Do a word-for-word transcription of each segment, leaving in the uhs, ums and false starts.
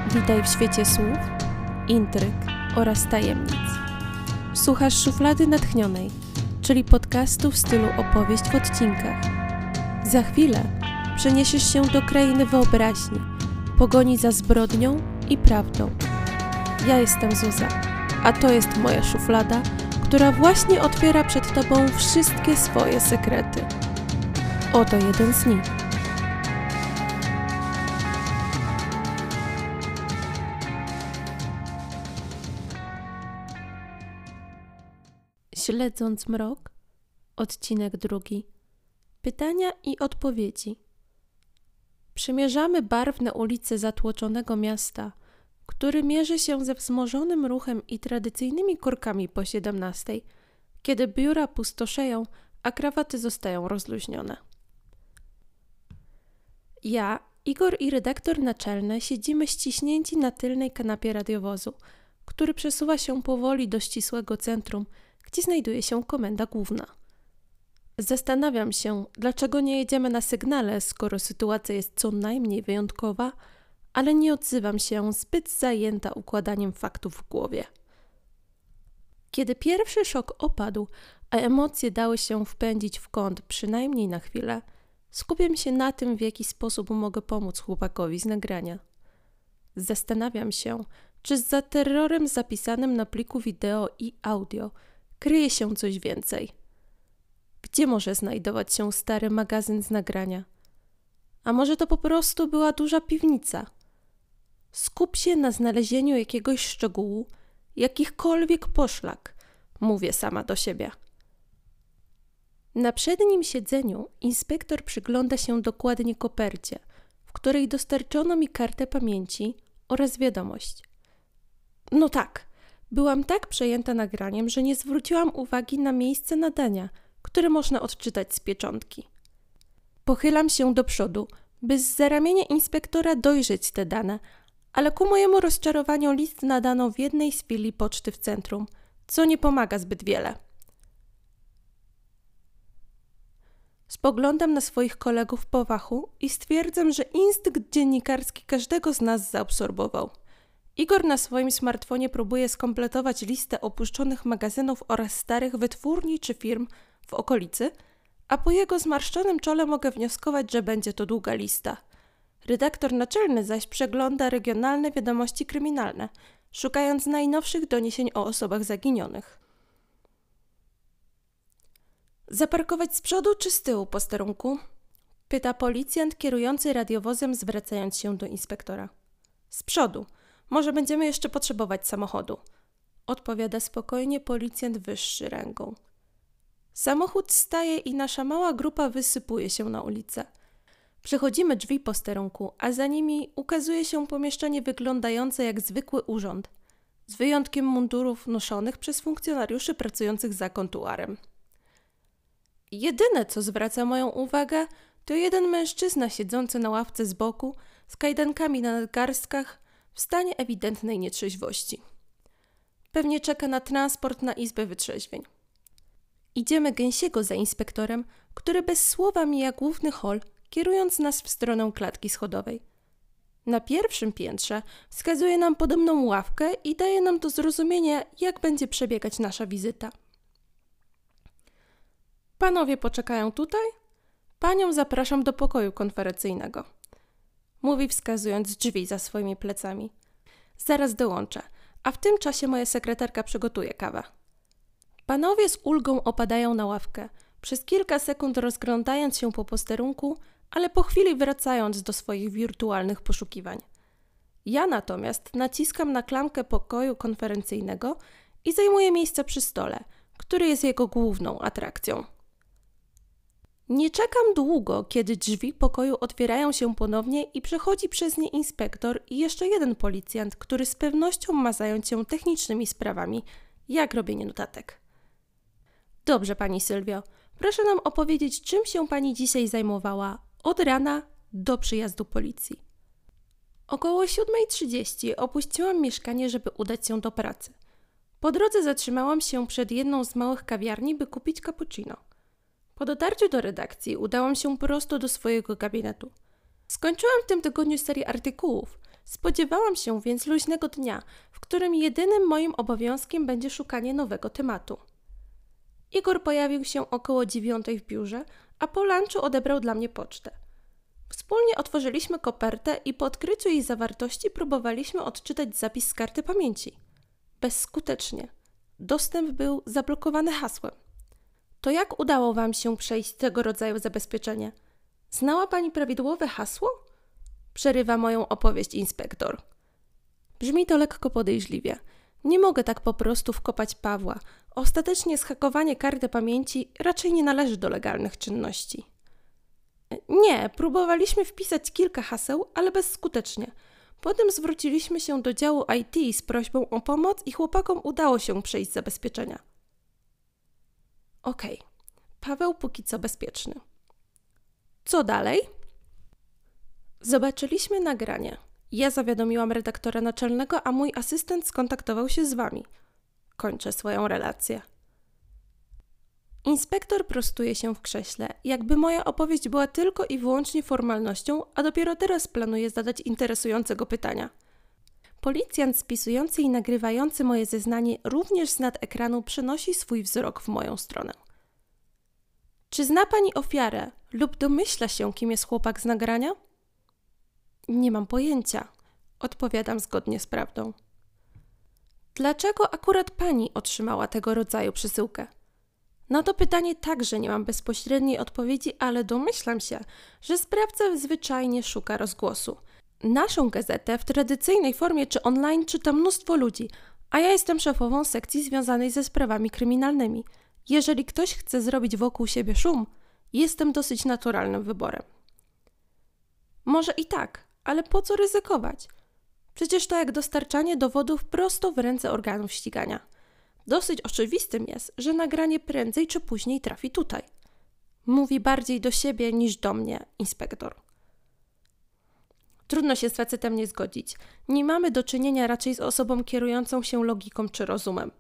Witaj w świecie słów, intryg oraz tajemnic. Słuchasz Szuflady Natchnionej, czyli podcastu w stylu opowieść w odcinkach. Za chwilę przeniesiesz się do krainy wyobraźni, pogoni za zbrodnią i prawdą. Ja jestem Zuza, a to jest moja szuflada, która właśnie otwiera przed Tobą wszystkie swoje sekrety. Oto jeden z nich. Śledząc mrok, odcinek drugi. Pytania i odpowiedzi. Przemierzamy barwne ulice zatłoczonego miasta, który mierzy się ze wzmożonym ruchem i tradycyjnymi korkami po siedemnastej, kiedy biura pustoszeją, a krawaty zostają rozluźnione. Ja, Igor i redaktor naczelny siedzimy ściśnięci na tylnej kanapie radiowozu, który przesuwa się powoli do ścisłego centrum, gdzie znajduje się komenda główna. Zastanawiam się, dlaczego nie jedziemy na sygnale, skoro sytuacja jest co najmniej wyjątkowa, ale nie odzywam się, zbyt zajęta układaniem faktów w głowie. Kiedy pierwszy szok opadł, a emocje dały się wpędzić w kąt przynajmniej na chwilę, skupiam się na tym, w jaki sposób mogę pomóc chłopakowi z nagrania. Zastanawiam się, czy za terrorem zapisanym na pliku wideo i audio kryje się coś więcej. Gdzie może znajdować się stary magazyn z nagrania? A może to po prostu była duża piwnica? Skup się na znalezieniu jakiegoś szczegółu, jakichkolwiek poszlak, mówię sama do siebie. Na przednim siedzeniu inspektor przygląda się dokładnie kopercie, w której dostarczono mi kartę pamięci oraz wiadomość. No tak, byłam tak przejęta nagraniem, że nie zwróciłam uwagi na miejsce nadania, które można odczytać z pieczątki. Pochylam się do przodu, by zza ramienia inspektora dojrzeć te dane, ale ku mojemu rozczarowaniu list nadano w jednej z filii poczty w centrum, co nie pomaga zbyt wiele. Spoglądam na swoich kolegów po fachu i stwierdzam, że instynkt dziennikarski każdego z nas zaabsorbował. Igor na swoim smartfonie próbuje skompletować listę opuszczonych magazynów oraz starych wytwórni czy firm w okolicy, a po jego zmarszczonym czole mogę wnioskować, że będzie to długa lista. Redaktor naczelny zaś przegląda regionalne wiadomości kryminalne, szukając najnowszych doniesień o osobach zaginionych. Zaparkować z przodu czy z tyłu posterunku? Pyta policjant kierujący radiowozem, zwracając się do inspektora. Z przodu. Może będziemy jeszcze potrzebować samochodu. Odpowiada spokojnie policjant wyższy rangą. Samochód staje i nasza mała grupa wysypuje się na ulicę. Przechodzimy drzwi posterunku, a za nimi ukazuje się pomieszczenie wyglądające jak zwykły urząd, z wyjątkiem mundurów noszonych przez funkcjonariuszy pracujących za kontuarem. Jedyne, co zwraca moją uwagę, to jeden mężczyzna siedzący na ławce z boku, z kajdankami na nadgarstkach, w stanie ewidentnej nietrzeźwości. Pewnie czeka na transport na izbę wytrzeźwień. Idziemy gęsiego za inspektorem, który bez słowa mija główny hol, kierując nas w stronę klatki schodowej. Na pierwszym piętrze wskazuje nam podobną ławkę i daje nam do zrozumienia, jak będzie przebiegać nasza wizyta. Panowie poczekają tutaj? Panią zapraszam do pokoju konferencyjnego. Mówi, wskazując drzwi za swoimi plecami. Zaraz dołączę, a w tym czasie moja sekretarka przygotuje kawę. Panowie z ulgą opadają na ławkę, przez kilka sekund rozglądając się po posterunku, ale po chwili wracając do swoich wirtualnych poszukiwań. Ja natomiast naciskam na klamkę pokoju konferencyjnego i zajmuję miejsce przy stole, który jest jego główną atrakcją. Nie czekam długo, kiedy drzwi pokoju otwierają się ponownie i przechodzi przez nie inspektor i jeszcze jeden policjant, który z pewnością ma zająć się technicznymi sprawami, jak robienie notatek. Dobrze, pani Sylwio, proszę nam opowiedzieć, czym się pani dzisiaj zajmowała od rana do przyjazdu policji. Około siódma trzydzieści opuściłam mieszkanie, żeby udać się do pracy. Po drodze zatrzymałam się przed jedną z małych kawiarni, by kupić cappuccino. Po dotarciu do redakcji udałam się prosto do swojego gabinetu. Skończyłam w tym tygodniu serię artykułów, Spodziewałam się więc luźnego dnia, w którym jedynym moim obowiązkiem będzie szukanie nowego tematu. Igor pojawił się około dziewiątej w biurze, a po lunchu odebrał dla mnie pocztę. Wspólnie otworzyliśmy kopertę i po odkryciu jej zawartości próbowaliśmy odczytać zapis z karty pamięci. Bezskutecznie. Dostęp był zablokowany hasłem. To jak udało wam się przejść tego rodzaju zabezpieczenie? Znała pani prawidłowe hasło? Przerywa moją opowieść inspektor. Brzmi to lekko podejrzliwie. Nie mogę tak po prostu wkopać Pawła. Ostatecznie zhakowanie karty pamięci raczej nie należy do legalnych czynności. Nie, próbowaliśmy wpisać kilka haseł, ale bezskutecznie. Potem zwróciliśmy się do działu I T z prośbą o pomoc i chłopakom udało się przejść zabezpieczenia. Okej, okay. Paweł póki co bezpieczny. Co dalej? Zobaczyliśmy nagranie. Ja zawiadomiłam redaktora naczelnego, a mój asystent skontaktował się z wami. Kończę swoją relację. Inspektor prostuje się w krześle, jakby moja opowieść była tylko i wyłącznie formalnością, a dopiero teraz planuje zadać interesującego pytania. Policjant spisujący i nagrywający moje zeznanie również z nad ekranu przenosi swój wzrok w moją stronę. Czy zna pani ofiarę lub domyśla się, kim jest chłopak z nagrania? Nie mam pojęcia, odpowiadam zgodnie z prawdą. Dlaczego akurat pani otrzymała tego rodzaju przesyłkę? Na to pytanie także nie mam bezpośredniej odpowiedzi, ale domyślam się, że sprawca zwyczajnie szuka rozgłosu. Naszą gazetę w tradycyjnej formie czy online czyta mnóstwo ludzi, a ja jestem szefową sekcji związanej ze sprawami kryminalnymi. Jeżeli ktoś chce zrobić wokół siebie szum, jestem dosyć naturalnym wyborem. Może i tak, ale po co ryzykować? Przecież to jak dostarczanie dowodów prosto w ręce organów ścigania. Dosyć oczywistym jest, że nagranie prędzej czy później trafi tutaj. Mówi bardziej do siebie niż do mnie, inspektor. Trudno się z facetem nie zgodzić. Nie mamy do czynienia raczej z osobą kierującą się logiką czy rozumem.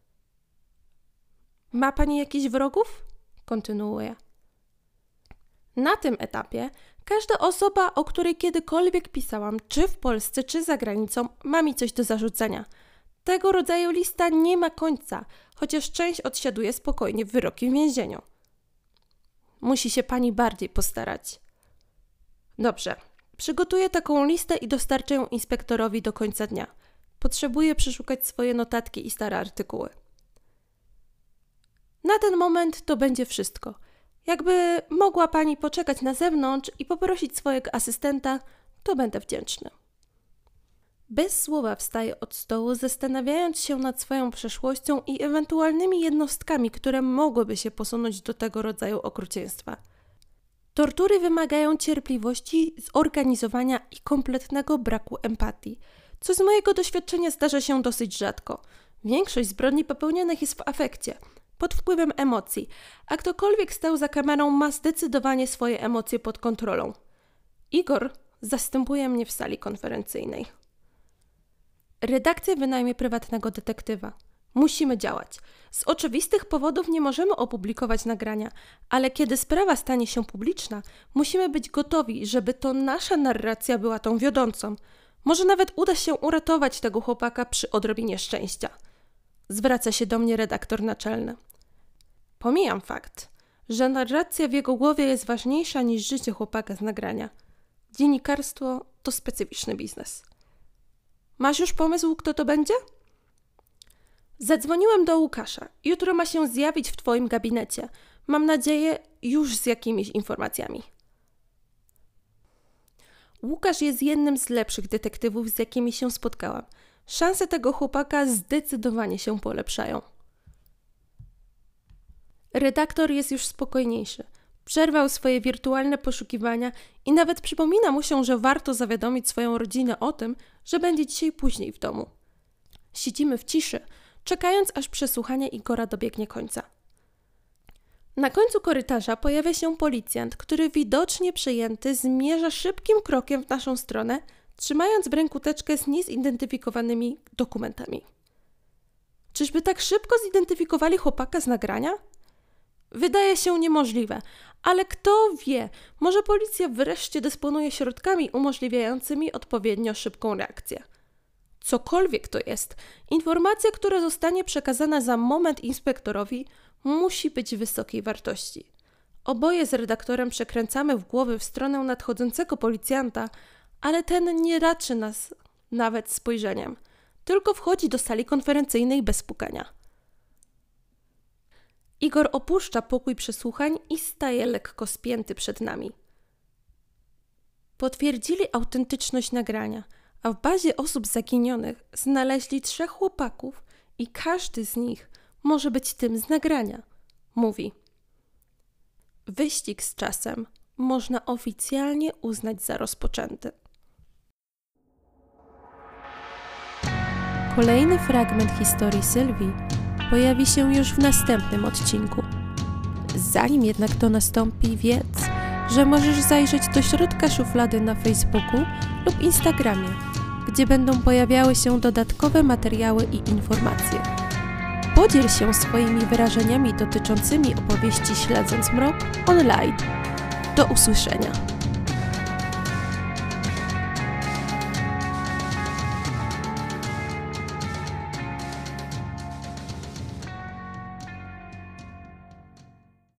Ma pani jakichś wrogów? Kontynuuję. Na tym etapie każda osoba, o której kiedykolwiek pisałam, czy w Polsce, czy za granicą, ma mi coś do zarzucenia. Tego rodzaju lista nie ma końca, chociaż część odsiaduje spokojnie wyroki w więzieniu. Musi się pani bardziej postarać. Dobrze, przygotuję taką listę i dostarczę ją inspektorowi do końca dnia. Potrzebuję przeszukać swoje notatki i stare artykuły. Na ten moment to będzie wszystko. Jakby mogła pani poczekać na zewnątrz i poprosić swojego asystenta, to będę wdzięczny. Bez słowa wstaję od stołu, zastanawiając się nad swoją przeszłością i ewentualnymi jednostkami, które mogłyby się posunąć do tego rodzaju okrucieństwa. Tortury wymagają cierpliwości, zorganizowania i kompletnego braku empatii, co z mojego doświadczenia zdarza się dosyć rzadko. Większość zbrodni popełnionych jest w afekcie, pod wpływem emocji, a ktokolwiek stał za kamerą ma zdecydowanie swoje emocje pod kontrolą. Igor zastępuje mnie w sali konferencyjnej. Redakcja wynajmie prywatnego detektywa. Musimy działać. Z oczywistych powodów nie możemy opublikować nagrania, ale kiedy sprawa stanie się publiczna, musimy być gotowi, żeby to nasza narracja była tą wiodącą. Może nawet uda się uratować tego chłopaka przy odrobinie szczęścia. Zwraca się do mnie redaktor naczelny. Pomijam fakt, że narracja w jego głowie jest ważniejsza niż życie chłopaka z nagrania. Dziennikarstwo to specyficzny biznes. Masz już pomysł, kto to będzie? Zadzwoniłem do Łukasza. Jutro ma się zjawić w twoim gabinecie. Mam nadzieję, już z jakimiś informacjami. Łukasz jest jednym z lepszych detektywów, z jakimi się spotkałam. Szanse tego chłopaka zdecydowanie się polepszają. Redaktor jest już spokojniejszy. Przerwał swoje wirtualne poszukiwania i nawet przypomina mu się, że warto zawiadomić swoją rodzinę o tym, że będzie dzisiaj później w domu. Siedzimy w ciszy, czekając aż przesłuchanie Igora dobiegnie końca. Na końcu korytarza pojawia się policjant, który widocznie przejęty zmierza szybkim krokiem w naszą stronę, trzymając w ręku teczkę z niezidentyfikowanymi dokumentami. Czyżby tak szybko zidentyfikowali chłopaka z nagrania? Wydaje się niemożliwe, Ale kto wie, może policja wreszcie dysponuje środkami umożliwiającymi odpowiednio szybką reakcję. Cokolwiek to jest, informacja, która zostanie przekazana za moment inspektorowi, musi być wysokiej wartości. Oboje z redaktorem przekręcamy w głowy w stronę nadchodzącego policjanta, ale ten nie raczy nas nawet spojrzeniem, tylko wchodzi do sali konferencyjnej bez pukania. Igor opuszcza pokój przesłuchań i staje lekko spięty przed nami. Potwierdzili autentyczność nagrania, a w bazie osób zaginionych znaleźli trzech chłopaków i każdy z nich może być tym z nagrania, mówi. Wyścig z czasem można oficjalnie uznać za rozpoczęty. Kolejny fragment historii Sylwii pojawi się już w następnym odcinku. Zanim jednak to nastąpi, wiedz, że możesz zajrzeć do środka szuflady na Facebooku lub Instagramie, gdzie będą pojawiały się dodatkowe materiały i informacje. Podziel się swoimi wyrażeniami dotyczącymi opowieści Śledząc Mrok online. Do usłyszenia.